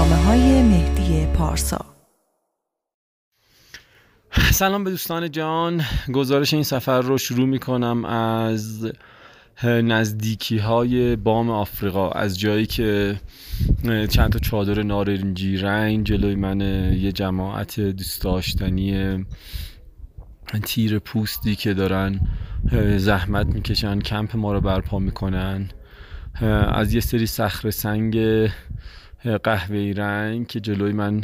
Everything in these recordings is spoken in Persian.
برنامه‌های مهدی پارسا. سلام به دوستان جان. گزارش این سفر رو شروع میکنم از نزدیکی های بام آفریقا، از جایی که چند تا چادر نارنجی رنگ جلوی من یه جماعت دوست داشتنی تیر پوستی که دارن زحمت میکشن کمپ ما رو برپا میکنن، از یه سری صخره سنگ قهوه‌ای رنگ که جلوی من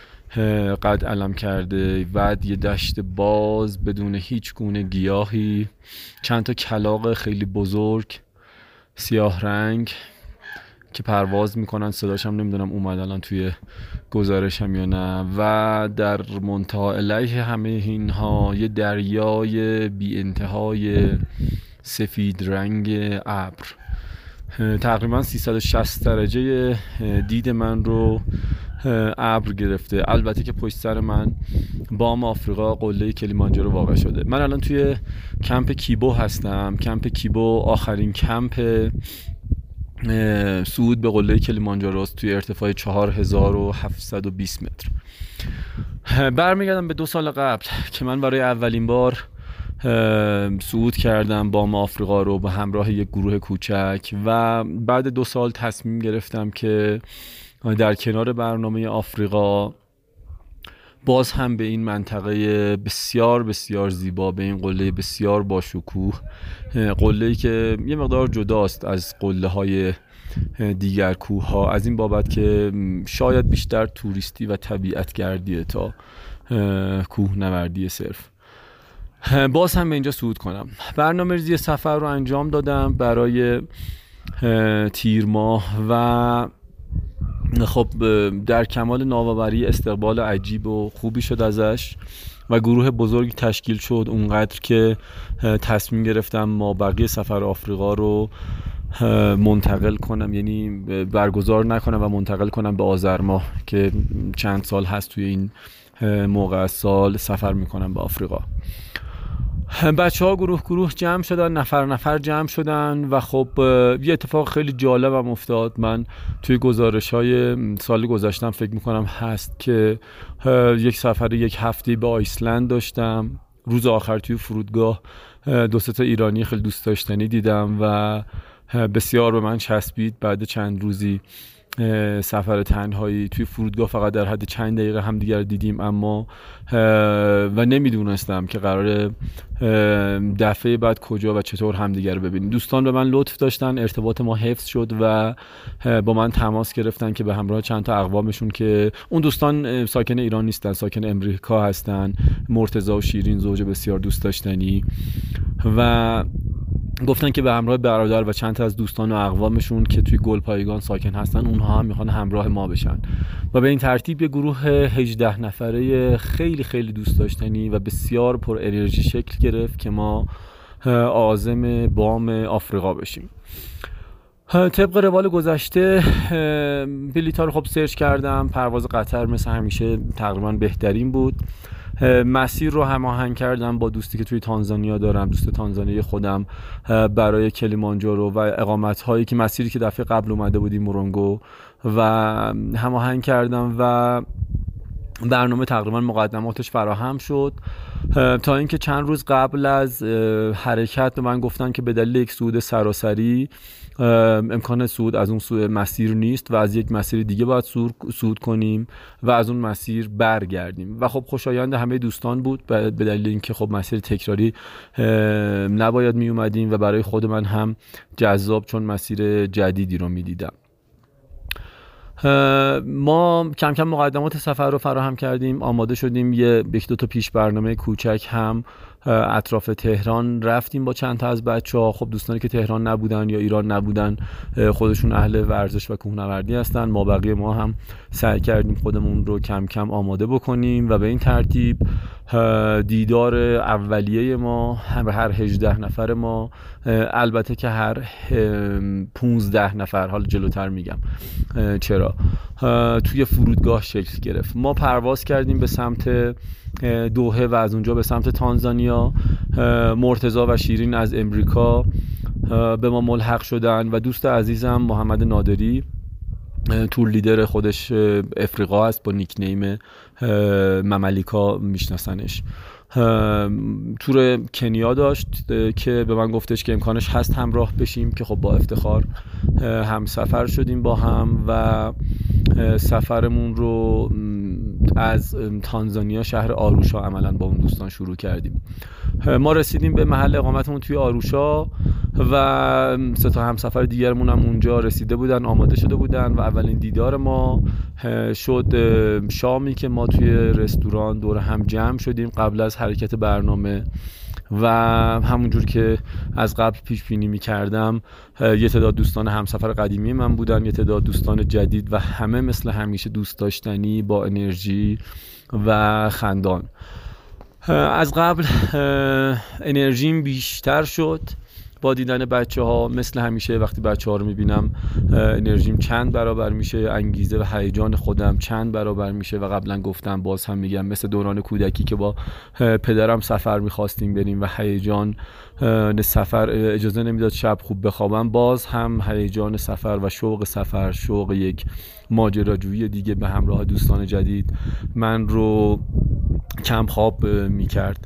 قد علم کرده، بعد یه دشت باز بدون هیچ گونه گیاهی، چند تا کلاغ خیلی بزرگ سیاه رنگ که پرواز میکنن، صداشم نمیدونم اومد الان توی گزارشم یا نه، و در منتها علیه همه اینها یه دریای بی انتهای سفید رنگ ابر. تقریبا 360 درجه دید من رو ابر گرفته. البته که پشت سر من بام آفریقا قله کلیمانجارو واقع شده. من الان توی کمپ کیبو هستم. کمپ کیبو آخرین کمپ صعود به قله کلیمانجارو است، توی ارتفاع 4720 متر. برمیگردم به 2 سال قبل که من برای اولین بار صعود کردم بام آفریقا رو به همراه یک گروه کوچک و بعد 2 سال تصمیم گرفتم که در کنار برنامه آفریقا باز هم به این منطقه بسیار بسیار زیبا، به این قله بسیار باشکوه، قله‌ای که یه مقدار جداست از قله‌های دیگر کوه ها، از این بابت که شاید بیشتر توریستی و طبیعت گردیه تا کوه نوردی صرف. باز هم به اینجا صعود کنم. برنامه‌ریزی سفر رو انجام دادم برای تیر ماه و خب در کمال نوآوری استقبال عجیب و خوبی شد ازش و گروه بزرگی تشکیل شد، اونقدر که تصمیم گرفتم ما بقیه سفر آفریقا رو منتقل کنم، یعنی برگزار نکنم و منتقل کنم به آذر ماه که چند سال هست توی این موقع از سال سفر میکنم به آفریقا. بچه ها گروه جمع شدن، نفر جمع شدن و خب یه اتفاق خیلی جالبم افتاد. من توی گزارش های سال گذشتم فکر میکنم هست که یک سفر 1 هفته به آیسلند داشتم. روز آخر توی فرودگاه 2 تا ایرانی خیلی دوست داشتنی دیدم و بسیار به من چسبید. بعد چند روزی سفر تنهایی توی فرودگاه فقط در حد چند دقیقه هم دیگر دیدیم، اما و نمیدونستم که قراره دفعه بعد کجا و چطور هم دیگر رو ببینیم. دوستان به من لطف داشتن، ارتباط ما حفظ شد و با من تماس گرفتن که به همراه چند تا اقوامشون که اون دوستان ساکن ایران نیستن، ساکن امریکا هستن، مرتضی و شیرین زوج بسیار دوست داشتنی، و گفتن که به همراه برادر و چند تا از دوستان و اقوامشون که توی گلپایگان ساکن هستن اونها هم میخوان همراه ما بشن و به این ترتیب یه گروه 18 نفره خیلی خیلی دوست داشتنی و بسیار پر انرژی شکل گرفت که ما عازم بام آفریقا بشیم. طبق روال گذشته بلیط‌ها رو خب سرچ کردم. پرواز قطر مثل همیشه تقریبا بهترین بود. مسیر رو هماهنگ کردم با دوستی که توی تانزانیا دارم، دوست تانزانیایی خودم، برای کلیمانجارو و اقامت هایی که مسیری که دفعه قبل اومده بودیم مورونگو، و هماهنگ کردم و برنامه تقریبا مقدماتش فراهم شد تا اینکه چند روز قبل از حرکت به من گفتن که به دلیل یک صعود سراسری امکان صعود از اون سوی مسیر نیست و از یک مسیر دیگه باید صعود کنیم و از اون مسیر برگردیم. و خب خوشایند همه دوستان بود به دلیل اینکه خب مسیر تکراری نباید می اومدیم و برای خود من هم جذاب، چون مسیر جدیدی رو می دیدم. ما کم کم مقدمات سفر رو فراهم کردیم، آماده شدیم. 1-2 تا پیش برنامه کوچک هم اطراف تهران رفتیم با چند تا از بچه‌ها. خب دوستانی که تهران نبودن یا ایران نبودن خودشون اهل ورزش و کوهنوردی هستن. ما بقیه ما هم سعی کردیم خودمون رو کم کم آماده بکنیم و به این ترتیب دیدار اولیه ما هر 18 نفر ما، البته که هر 15 نفر، حالا جلوتر میگم چرا، توی فرودگاه شکل گرفت. ما پرواز کردیم به سمت دوحه و از اونجا به سمت تانزانیا. مرتضی و شیرین از امریکا به ما ملحق شدن و دوست عزیزم محمد نادری تور لیدر خودش افریقا هست با نیکنیم مملیکا میشناسنش. تور کنیا داشت که به من گفتش که امکانش هست همراه بشیم که خب با افتخار هم سفر شدیم با هم و سفرمون رو از تانزانیا شهر آروشا عملا با اون دوستان شروع کردیم. ما رسیدیم به محل اقامتمون توی آروشا و 3 تا همسفر دیگرمون هم اونجا رسیده بودن، آماده شده بودن و اولین دیدار ما شد شامی که ما توی رستوران دور هم جمع شدیم قبل از حرکت برنامه و همونجور که از قبل پیش بینی می‌کردم یه تعداد دوستان همسفر قدیمی من بودن، یه تعداد دوستان جدید و همه مثل همیشه دوست داشتنی با انرژی و خندان. از قبل انرژیم بیشتر شد با دیدن بچه‌ها. مثل همیشه وقتی بچه‌ها رو می‌بینم انرژیم چند برابر میشه، انگیزه و هیجان خودم چند برابر میشه و قبلا گفتم باز هم میگم مثل دوران کودکی که با پدرم سفر می‌خواستیم بریم و هیجان سفر اجازه نمیداد شب خوب بخوابم، باز هم هیجان سفر و شوق سفر، شوق یک ماجراجویی دیگه به همراه دوستان جدید من رو کم خواب می‌کرد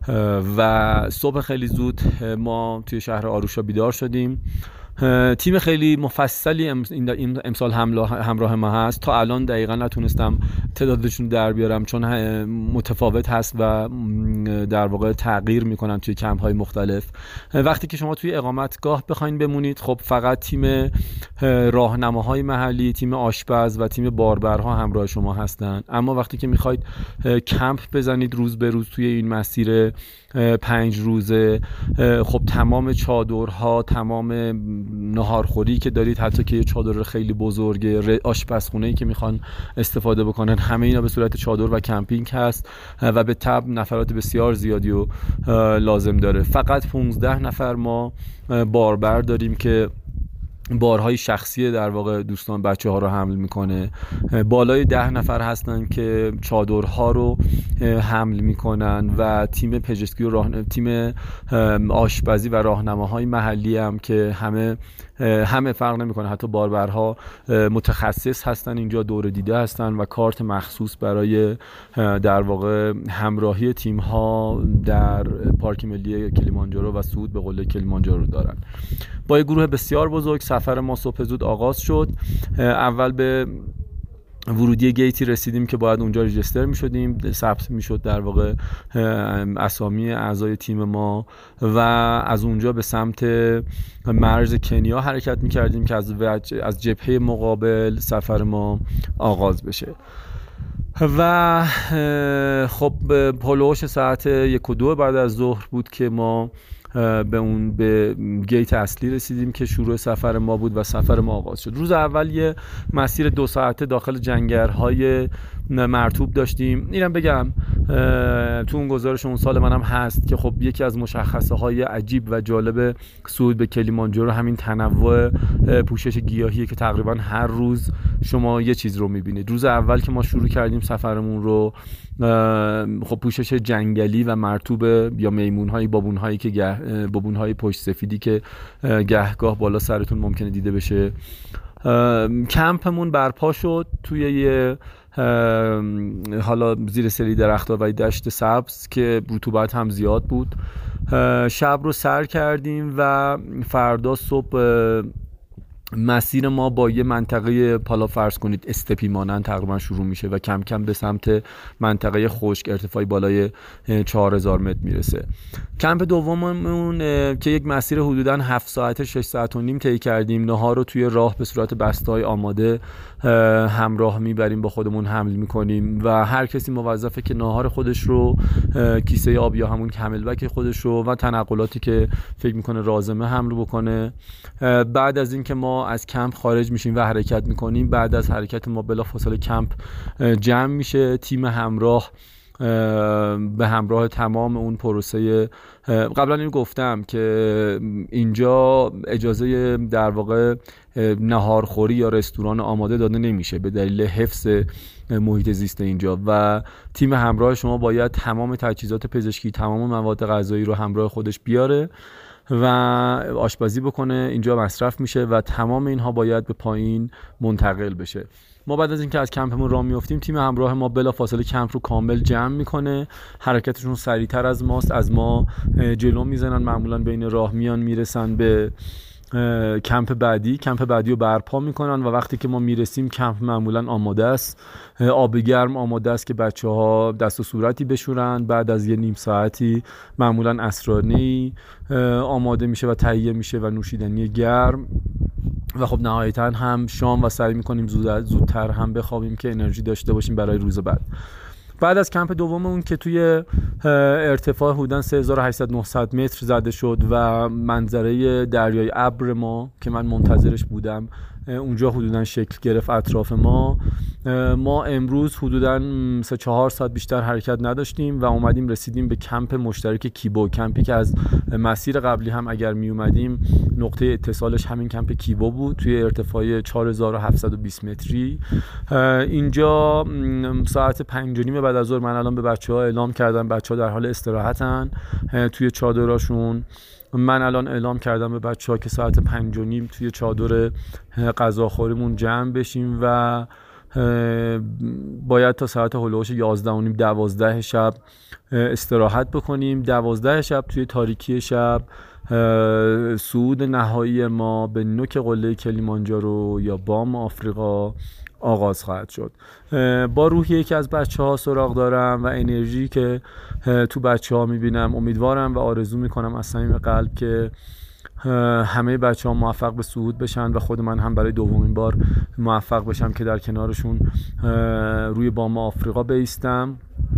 و صبح خیلی زود ما توی شهر آروشا بیدار شدیم. تیم خیلی مفصلی امسال همراه ما هست. تا الان دقیقا نتونستم تعدادشون در بیارم چون متفاوت هست و در واقع تغییر میکنن توی کمپ‌های مختلف. وقتی که شما توی اقامتگاه بخواید بمونید خب فقط تیم راهنماهای محلی، تیم آشپز و تیم باربرها همراه شما هستن، اما وقتی که میخواید کمپ بزنید روز به روز توی این مسیر 5 روزه خب تمام چادرها، تمام ناهارخوری که دارید، حتی که یه چادر خیلی بزرگه، آشپزخونه‌ای که میخوان استفاده بکنن، همه اینا به صورت چادر و کمپینگ هست و به تبع نفرات بسیار زیادی رو لازم داره. فقط 15 نفر ما باربر داریم که بارهای شخصی در واقع دوستان بچه ها رو حمل میکنه. بالای 10 نفر هستن که چادرها رو حمل میکنن و تیم پزشکی و تیم آشپزی و راهنماهای محلی هم که همه فرق نمیکنه، حتی باربرها متخصص هستن اینجا، دور دیده هستن و کارت مخصوص برای در واقع همراهی تیم ها در پارک ملی کلیمانجارو و صعود به قله کلیمانجارو دارن. با یه گروه بسیار بزرگ سفر ما صبح زود آغاز شد. اول به ورودی گیتی رسیدیم که باید اونجا رجیستر می شدیم، ثبت می شد در واقع اسامی اعضای تیم ما و از اونجا به سمت مرز کنیا حرکت می کردیم که از جبهه مقابل سفر ما آغاز بشه و خب پلوش ساعت 1 و 2 بعد از ظهر بود که ما به گیت اصلی رسیدیم که شروع سفر ما بود و سفر ما آغاز شد. روز اول یه مسیر 2 ساعته داخل جنگرهای مرطوب داشتیم. اینم بگم تو اون گزارش اون سال منم هست که خب یکی از مشخصه های عجیب و جالب صعود به کلیمانجارو همین تنوع پوشش گیاهیه که تقریبا هر روز شما یه چیز رو میبینید. روز اول که ما شروع کردیم سفرمون رو خب پوشش جنگلی و مرطوب یا میمون‌های بابون‌هایی که بابون‌های پشت سفیدی که گهگاه بالا سرتون ممکنه دیده بشه. کمپمون برپا شد توی یه حالا زیر سری درخت‌ها و دشت سبز که رطوبت هم زیاد بود. شب رو سر کردیم و فردا صبح مسیر ما با یه منطقه پالا فرض کنید استپی مانند تقریبا شروع میشه و کم کم به سمت منطقه خشک ارتفاعی بالای 4000 متر میرسه. کمپ دوممون که یک مسیر حدوداً 7 ساعت 6 ساعت و نیم طی کردیم، نهار رو توی راه به صورت بسته‌های آماده همراه میبریم، با خودمون حمل میکنیم و هر کسی موظفه که نهار خودش رو، کیسه آب یا همون کملبک خودش رو و تنقلاتی که فکر میکنه لازمه حمل بکنه. بعد از این که ما از کمپ خارج میشیم و حرکت میکنیم، بعد از حرکت ما بلافاصله کمپ جمع میشه. تیم همراه به همراه تمام اون پروسه، قبلا اینو گفتم که اینجا اجازه در واقع نهارخوری یا رستوران آماده داده نمیشه به دلیل حفظ محیط زیست اینجا و تیم همراه شما باید تمام تجهیزات پزشکی، تمام مواد غذایی رو همراه خودش بیاره و آشپزی بکنه، اینجا مصرف میشه و تمام اینها باید به پایین منتقل بشه. ما بعد از اینکه از کمپمون راه میافتیم، تیم همراه ما بلافاصله کمپ رو کامل جمع میکنه. حرکتشون سریعتر از ماست، از ما جلو میزنن، معمولا بین راه میان میرسن به کمپ بعدی رو برپا میکنن و وقتی که ما میرسیم کمپ معمولا آماده است، آب گرم آماده است که بچه‌ها دست و صورتی بشورن. بعد از یه نیم ساعتی معمولا عصرانه‌ای آماده میشه و تهیه میشه و نوشیدنی گرم و خب نهایتا هم شام و سعی میکنیم زودتر هم بخوابیم که انرژی داشته باشیم برای روز بعد از کمپ دوممون که توی ارتفاع حدوداً 3800-900 متر زده شد و منظره دریای ابر ما که من منتظرش بودم اونجا حدوداً شکل گرفت اطراف ما امروز حدوداً 3-4 ساعت بیشتر حرکت نداشتیم و اومدیم رسیدیم به کمپ مشترک کیبو، کمپی که از مسیر قبلی هم اگر می اومدیم نقطه اتصالش همین کمپ کیبو بود توی ارتفاع 4720 متری. اینجا ساعت 5:30 بعد از ظهر من الان به بچه‌ها اعلام کردم، بچه‌ها در حال استراحتن توی چادراشون. من الان اعلام کردم به بچه‌ها که ساعت 5:30 توی چادر غذاخوریمون جمع بشیم و باید تا ساعت هلوش 11:30-12 شب استراحت بکنیم. 12 شب توی تاریکی شب صعود نهایی ما به نوک قله کلیمانجارو یا بام آفریقا آغاز خواهد شد. با روحیه‌ای که از بچه‌ها سراغ دارم و انرژی که تو بچه‌ها می‌بینم، امیدوارم و آرزو می‌کنم از صمیم قلب که همه بچه‌ها موفق به صعود بشن و خود من هم برای دومین بار موفق بشم که در کنارشون روی بام آفریقا بایستم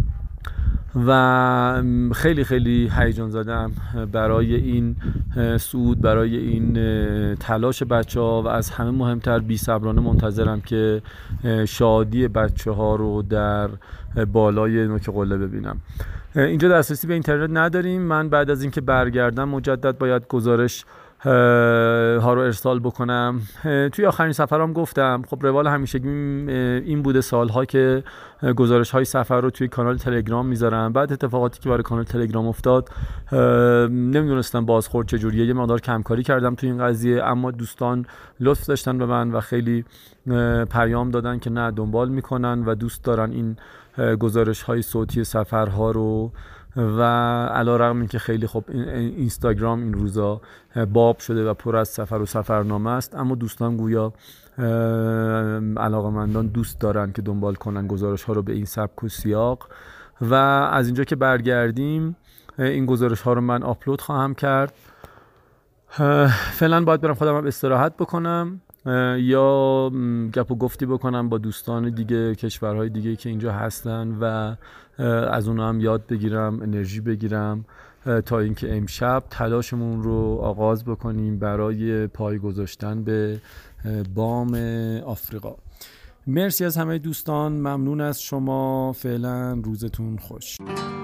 و خیلی خیلی هیجان زدم برای این صعود، برای این تلاش بچه‌ها و از همه مهمتر بی‌صبرانه منتظرم که شادی بچه‌ها رو در بالای نوک قله ببینم. اینجا دسترسی به اینترنت نداریم. من بعد از اینکه برگردم مجدد باید گزارش ها رو ارسال بکنم. توی آخرین سفرام گفتم خب روال همیشگی این بوده سالها که گزارش های سفر رو توی کانال تلگرام میذارم. بعد اتفاقاتی که برای کانال تلگرام افتاد نمیدونستم بازخورد چجوریه، یه مقدار کمکاری کردم توی این قضیه، اما دوستان لطف داشتن به من و خیلی پیام دادن که نه دنبال میکنن و دوست دارن این گزارش های صوتی سفرها رو و علیرغم اینکه خیلی خب اینستاگرام این روزا باب شده و پر از سفر و سفرنامه است، اما دوستان گویا علاقه‌مندان دوست دارن که دنبال کنن گزارش ها رو به این سبک و سیاق و از اینجا که برگردیم این گزارش ها رو من آپلود خواهم کرد. فعلا باید برم خودم هم استراحت بکنم یا گپ و گفتی بکنم با دوستان دیگه، کشورهای دیگه که اینجا هستن و از اونها هم یاد بگیرم، انرژی بگیرم تا اینکه امشب تلاشمون رو آغاز بکنیم برای پای گذاشتن به بام آفریقا. مرسی از همه دوستان، ممنون از شما. فعلا روزتون خوش.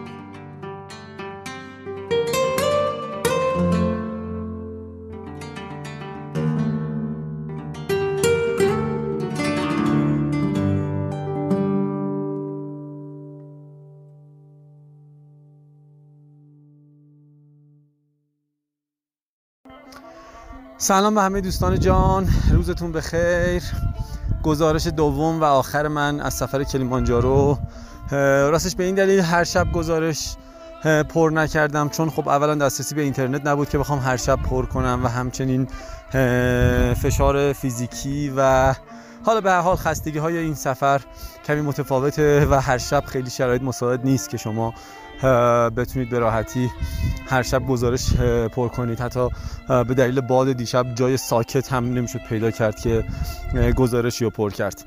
سلام به همه دوستان جان، روزتون بخیر. گزارش دوم و آخر من از سفر کلیمانجارو. راستش به این دلیل هر شب گزارش پر نکردم چون خب اولا دسترسی به اینترنت نبود که بخوام هر شب پر کنم و همچنین فشار فیزیکی و حالا به هر حال خستگی های این سفر کمی متفاوته و هر شب خیلی شرایط مساعد نیست که شما بتونید به راحتی هر شب گزارش پر کنید. حتی به دلیل باد دیشب جای ساکت هم نمیشد پیدا کرد که گزارشی رو پر کرد.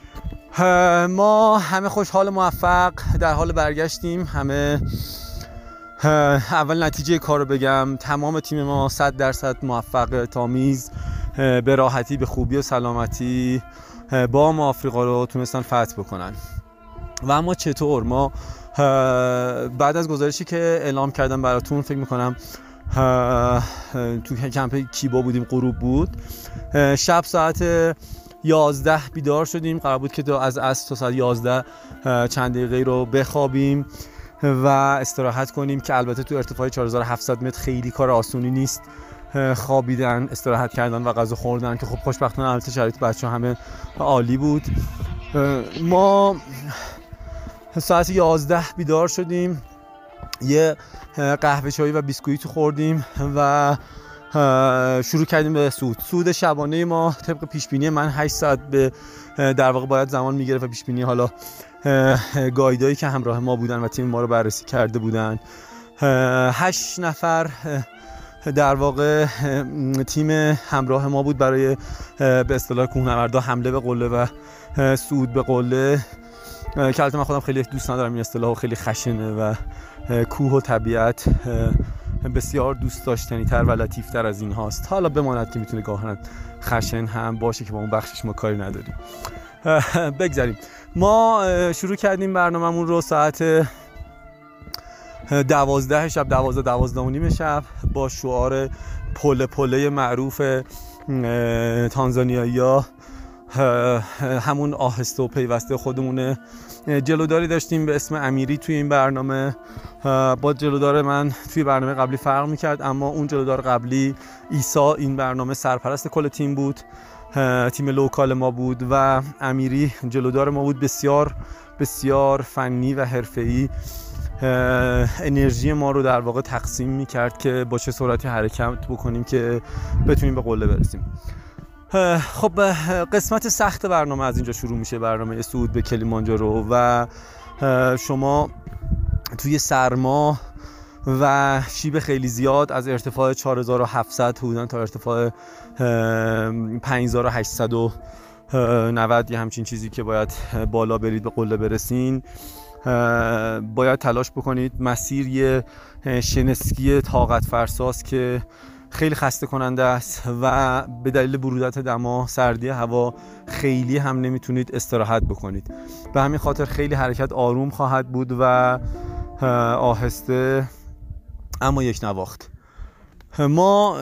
ما همه خوشحال موفق در حال برگشتیم. همه اول نتیجه کار رو بگم، تمام تیم ما 100% موفق، تامیز، به راحتی، به خوبی و سلامتی بام آفریقا رو تونستن فتح بکنن. و اما چطور؟ ما بعد از گزارشی که اعلام کردم براتون، فکر میکنم تو کمپ کیبو بودیم، غروب بود، شب ساعت 11 بیدار شدیم. قرار بود که از عصر تا ساعت 11 چند دقیقه رو بخوابیم و استراحت کنیم که البته تو ارتفاع 4700 متر خیلی کار آسونی نیست خوابیدن، استراحت کردن و غذا خوردن که خب خوشبختانه البته شرایط بچه‌ها همه عالی بود. ما ساعت 11 بیدار شدیم، یه قهوه چایی و بیسکویت خوردیم و شروع کردیم به صعود شبانه ما. طبق پیشبینی من 8 ساعت به در واقع باید زمان میگرفت و پیشبینی حالا گایدایی که همراه ما بودن و تیم ما رو بررسی کرده بودن 8 نفر در واقع تیم همراه ما بود برای به اصطلاح کوهنوردا حمله به قله و صعود به قله، که البته من خودم خیلی دوست ندارم این اصطلاح، خیلی خشنه و کوه و طبیعت بسیار دوست داشتنی تر و لطیف تر از این هاست. حالا بماند که میتونه گاهن خشن هم باشه که با اون بخشش ما کاری نداریم. بگذاریم. ما شروع کردیم برنامه‌مون رو ساعت 12 شب، 12 و نیم شب با شعار پله معروف تانزانیایی‌ها، همون آهسته و پیوسته خودمونه. جلوداری داشتیم به اسم امیری توی این برنامه، با جلودار من توی برنامه قبلی فرق میکرد، اما اون جلودار قبلی عیسی این برنامه سرپرست کل تیم بود، تیم لوکال ما بود و امیری جلودار ما بود. بسیار بسیار فنی و حرفه‌ای انرژی ما رو در واقع تقسیم میکرد که با چه سرعتی حرکت بکنیم که بتونیم به قله برسیم. خب قسمت سخت برنامه از اینجا شروع میشه، برنامه صعود به کلیمانجارو، و شما توی سرما و شیب خیلی زیاد از ارتفاع 4700 حدوداً تا ارتفاع 5890 یه همچین چیزی که باید بالا برید به قله برسین، باید تلاش بکنید. مسیر یه شنسکی طاقت فرساست که خیلی خسته کننده است و به دلیل برودت دما، سردی هوا، خیلی هم نمیتونید استراحت بکنید. به همین خاطر خیلی حرکت آروم خواهد بود و آهسته اما یک نواخت. ما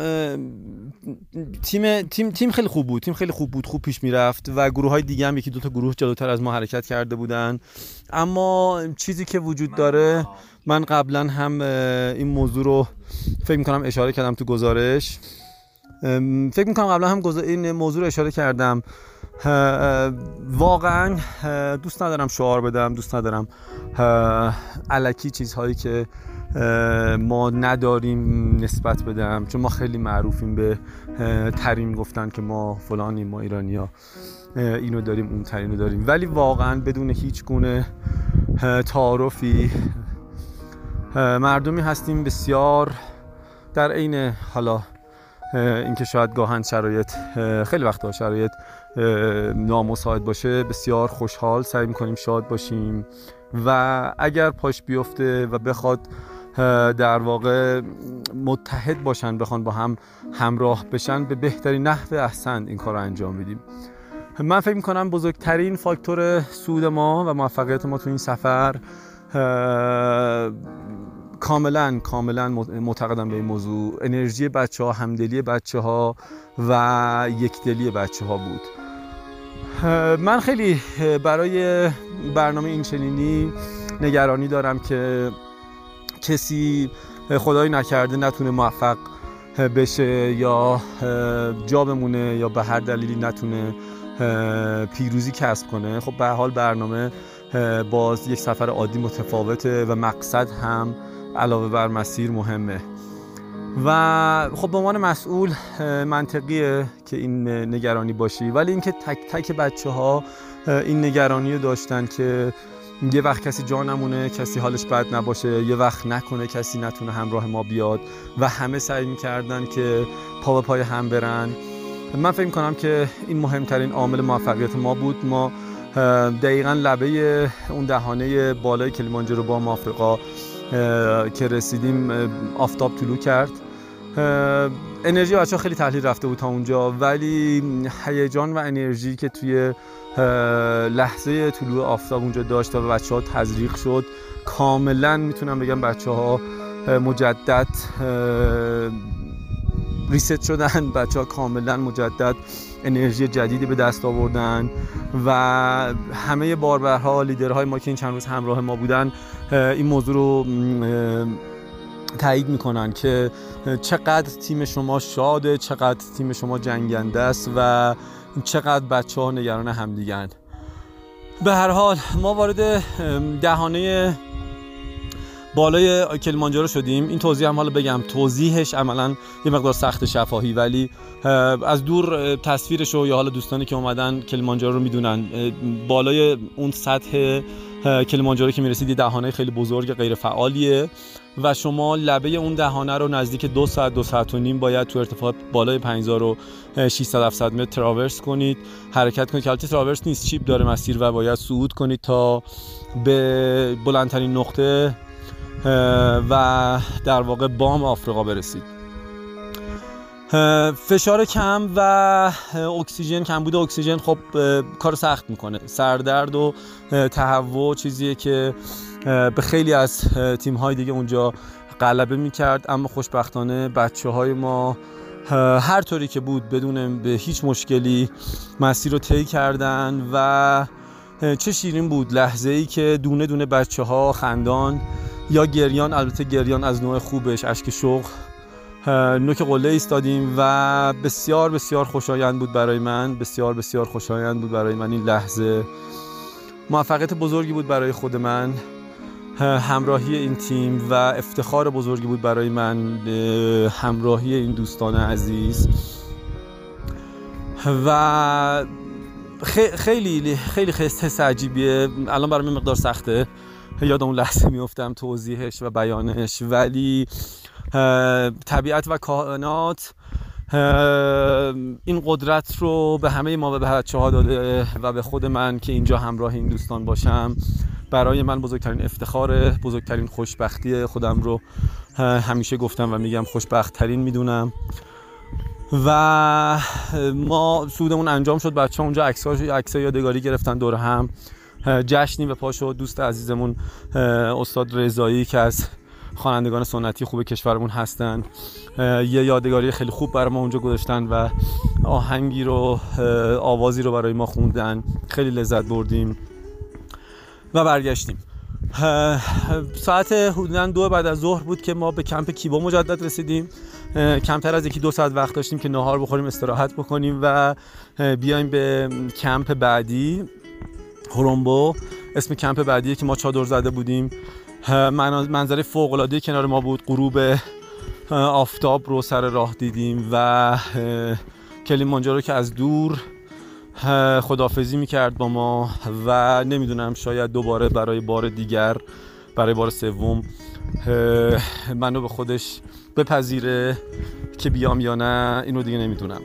تیم خیلی خوب بود، خوب پیش میرفت و گروه های دیگه هم 1-2 تا گروه جلوتر از ما حرکت کرده بودن. اما چیزی که وجود داره، من قبلا هم این موضوع رو فکر میکنم اشاره کردم تو گزارش، این موضوع رو اشاره کردم. واقعا دوست ندارم شعار بدم، دوست ندارم الکی چیزهایی که ما نداریم نسبت بدم، چون ما خیلی معروفیم به ترین گفتن که ما فلانیم، ما ایرانی‌ها اینو داریم، اون ترینو داریم، ولی واقعا بدون هیچ گونه تعارفی مردمی هستیم بسیار در عین حالا اینکه شاید گاهن شرایط خیلی وقتا شرایط نامساعد باشه بسیار خوشحال، سعی می‌کنیم شاد باشیم و اگر پاش بیفته و بخواد در واقع متحد باشن، بخوان با هم همراه بشن، به بهترین نحو احسن این کار رو انجام میدیم. من فکر میکنم بزرگترین فاکتور سود ما و موفقیت ما تو این سفر کاملا معتقدم به این موضوع، انرژی بچه‌ها، همدلی بچه‌ها و یکدلی بچه‌ها بود. من خیلی برای برنامه این چنینی نگرانی دارم که کسی خدایی نکرده نتونه موفق بشه یا جا بمونه یا به هر دلیلی نتونه پیروزی کسب کنه. خب به هر حال برنامه باز یک سفر عادی متفاوته و مقصد هم علاوه بر مسیر مهمه و خب به عنوان مسئول منطقیه که این نگرانی باشی، ولی اینکه تک تک بچه‌ها این نگرانی رو داشتن که یه وقت کسی جا نمونه، کسی حالش بد نباشه، یه وقت نکنه کسی نتونه همراه ما بیاد و همه سعی می‌کردن که پا به پای هم برن. من فکر می‌کنم که این مهمترین عامل موفقیت ما بود. ما دقیقاً لبه اون دهانه بالای کلیمانجارو با آفریقا که رسیدیم آفتاب طلوع کرد. انرژی بچه‌ها خیلی تحلیل رفته بود تا اونجا، ولی هیجان و انرژی که توی لحظه طلوع آفتاب اونجا داشت و بچه‌ها تزریق شد، کاملا میتونم بگم بچه‌ها مجدد ریست شدن، بچه‌ها کاملا مجدد انرژی جدیدی به دست آوردن و همه باربرها، لیدرهای ما که این چند روز همراه ما بودن این موضوع رو تایید میکنن که چقدر تیم شما شاده، چقدر تیم شما جنگنده است و چقدر بچه‌ها نگران همدیگن. به هر حال ما وارد دهانه بالای کلیمانجارو شدیم. این توضیح هم حالا بگم، توضیحش عملاً یه مقدار سخت شفاهی، ولی از دور تصویرشو یا حالا دوستانی که اومدن کلیمانجارو رو میدونن. بالای اون سطح کلیمانجارو که میرسید یه دهانه خیلی بزرگ غیر فعالیه و شما لبه اون دهانه رو نزدیک 2 ساعت 2 ساعت و نیم باید تو ارتفاع بالای 5600-700 متر تراورس کنید، حرکت کنید که البته تراورس نیست، چیپ داره مسیر و باید صعود کنید تا به بلندترین نقطه و در واقع بام آفریقا برسید. فشار کم و اکسیژن، کمبود اکسیژن خب کار سخت میکنه. سردرد و تهوع چیزیه که به خیلی از تیم‌های دیگه اونجا غلبه میکرد، اما خوشبختانه بچه‌های ما هر طوری که بود بدون به هیچ مشکلی مسیر رو طی کردن و چه شیرین بود لحظه‌ای که دونه دونه بچه‌ها خندان یا گریان، البته گریان از نوع خوبش، اشک شوق، نوک قله ایستادیم و بسیار بسیار خوشایند بود برای من، بسیار بسیار خوشایند بود برای من این لحظه. موفقیت بزرگی بود برای خود من، همراهی این تیم و افتخار بزرگی بود برای من همراهی این دوستان عزیز و خیلی خیلی حس عجیبیه. الان برای من مقدار سخته یاد اون لحظه میافتم توضیحش و بیانش، ولی طبیعت و کائنات این قدرت رو به همه ما و به بچه‌ها داده و به خود من که اینجا همراه این دوستان باشم برای من بزرگترین افتخاره، بزرگترین خوشبختی. خودم رو همیشه گفتم و میگم خوشبخت ترین میدونم و ما صعودمون انجام شد. بچه‌ها اونجا عکسای یادگاری گرفتن دور هم، جشنی به پا شد. دوست عزیزمون استاد رضایی که از خوانندگان سنتی خوب کشورمون هستن یه یادگاری خیلی خوب برای ما اونجا گذاشتن و آهنگی رو، آوازی رو برای ما خوندن، خیلی لذت بردیم و برگشتیم. ساعت حدوداً 2 بعد از ظهر بود که ما به کمپ کیبا مجدد رسیدیم. کمتر از 1-2 ساعت وقت داشتیم که نهار بخوریم، استراحت بکنیم و بیایم به کمپ بعدی، هرومبو اسم کمپ بعدیه که ما چادر زده بودیم. منظره فوق‌العاده کنار ما بود، غروب آفتاب رو سر راه دیدیم و کلیمانجارو که از دور خداحافظی میکرد با ما و نمیدونم شاید دوباره برای بار دیگر، برای بار سوم منو به خودش بپذیره که بیام یا نه، اینو دیگه نمیدونم.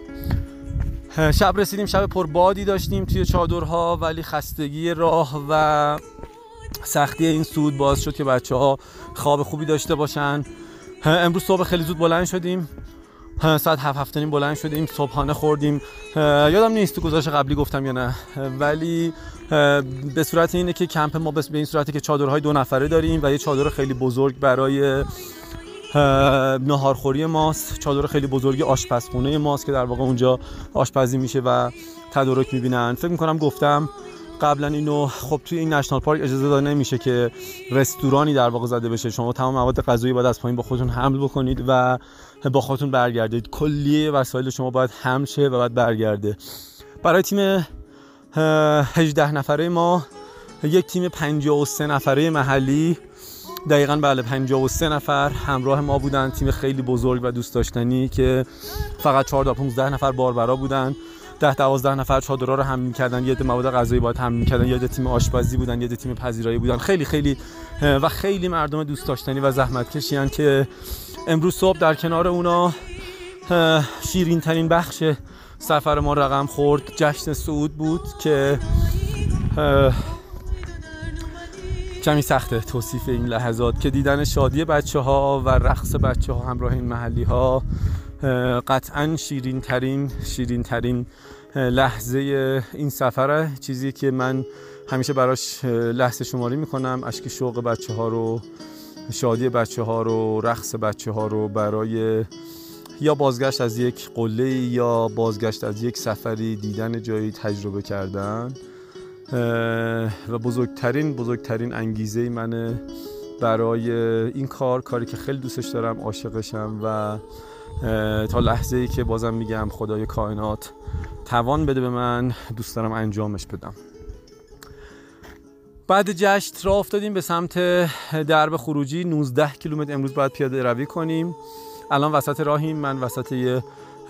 شب رسیدیم، شب پربادی داشتیم توی چادرها، ولی خستگی راه و سختی این صعود باعث شد که بچه‌ها خواب خوبی داشته باشن. امروز صبح خیلی زود بلند شدیم، ساعت 7:30 بلند شدیم، صبحانه خوردیم. یادم نیست تو گزارش قبلی گفتم یا نه، ولی به صورت اینه که کمپ ما به این صورتی که چادرهای 2 نفره داریم و یه چادر خیلی بزرگ برای ناهارخوری ماست، چادر خیلی بزرگی آشپزخونه ماست که در واقع اونجا آشپزی میشه و تدارک میبینن. فکر میکنم گفتم قبلا اینو، خب توی این نشنال پارک اجازه داده نمیشه که رستورانی در واقع زده بشه، شما تمام مواد غذایی باید از پایین با خودتون حمل بکنید و با خودتون برگردید، کلیه وسایل شما باید حمل شه و باید برگرده. برای تیم 18 نفره ما یک تیم 53 نفره محلی، دقیقاً بله 53 نفر همراه ما بودن. تیم خیلی بزرگ و دوست داشتنی که فقط 14-15 نفر باربرا بودن، 10-12 نفر چادرها رو حمل می‌کردن، یه عده مواد غذایی باید حمل می‌کردن، یه عده تیم آشپزی بودن، یه عده تیم پذیرایی بودن. خیلی خیلی و خیلی مردم دوست داشتنی و زحمتکشی ان که امروز صبح در کنار اونا شیرین ترین بخش سفر ما رقم خورد. جشن صعود بود که کمی سخته توصیف این لحظات، که دیدن شادی بچه‌ها و رقص بچه‌ها همراه این محلی‌ها قطعاً شیرین ترین لحظه این سفره، چیزی که من همیشه براش لحظه شماری میکنم. اشک شوق بچه‌ها رو، شادی بچه‌ها رو، رقص بچه‌ها رو برای یا بازگشت از یک قله یا بازگشت از یک سفری، دیدن جایی، تجربه کردن. و بزرگترین انگیزه منه برای این کاری که خیلی دوستش دارم، عاشقشم و تا لحظه ای که بازم میگم خدای کائنات توان بده به من، دوست دارم انجامش بدم. بعد جشن راه افتادیم به سمت درب خروجی. 19 کیلومتر امروز باید پیاده روی کنیم. الان وسط راهیم، من وسط یه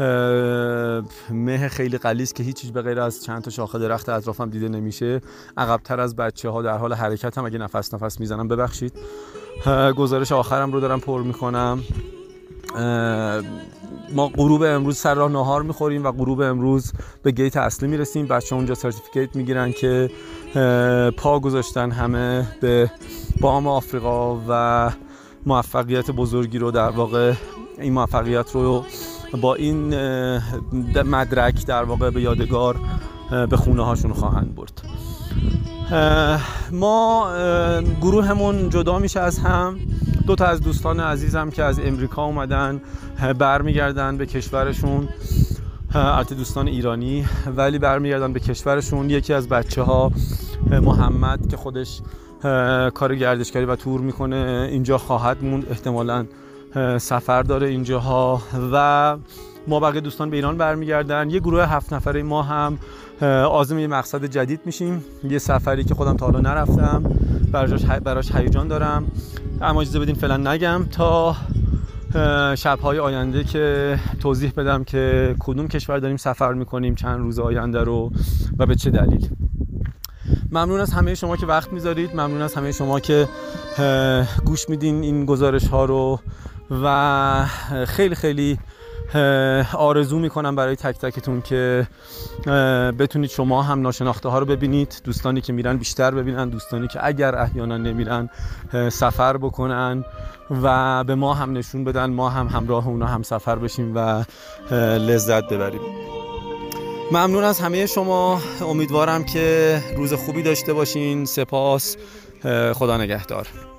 مه خیلی غلیظ که هیچ به غیر از چند تا شاخه درخت اطرافم دیده نمیشه. عقب‌تر از بچه‌ها در حال حرکتم، اگه نفس میزنم ببخشید. گزارش آخرم رو دارم پر میکنم. ما غروب امروز سر راه ناهار میخوریم و غروب امروز به گیت اصلی میرسیم. بچه‌ها اونجا سرتیفیکیت میگیرن که پا گذاشتن همه به بام آفریقا و موفقیت بزرگی رو، در واقع این موفقیت رو با این مدرک در واقع به یادگار به خونه هاشون خواهند برد. ما گروهمون جدا میشه از هم. 2 تا از دوستان عزیزم که از امریکا اومدن برمیگردن به کشورشون، البته دوستان ایرانی ولی برمیگردن به کشورشون. یکی از بچه‌ها محمد که خودش کار گردشگری و تور میکنه اینجا خواهد موند، احتمالاً سفر داره اینجاها. و ما بقیه دوستان به ایران برمیگردن. یه گروه 7 نفره ما هم عازم یه مقصد جدید میشیم، یه سفری که خودم تا حالا نرفتم، براش هیجان دارم، اما اجازه بدین فعلا نگم تا شب‌های آینده که توضیح بدم که کدوم کشور داریم سفر میکنیم چند روز آینده رو و به چه دلیل. ممنون از همه شما که وقت میذارید، ممنون از همه شما که گوش میدین این گزارش ها رو و خیلی خیلی آرزو میکنم برای تک تکتون که بتونید شما هم ناشناخته ها رو ببینید، دوستانی که میرن بیشتر ببینن، دوستانی که اگر احیانا نمیرن سفر بکنن و به ما هم نشون بدن، ما هم همراه اونا هم سفر بشیم و لذت ببریم. ممنون از همه شما، امیدوارم که روز خوبی داشته باشین. سپاس، خدا نگهدار.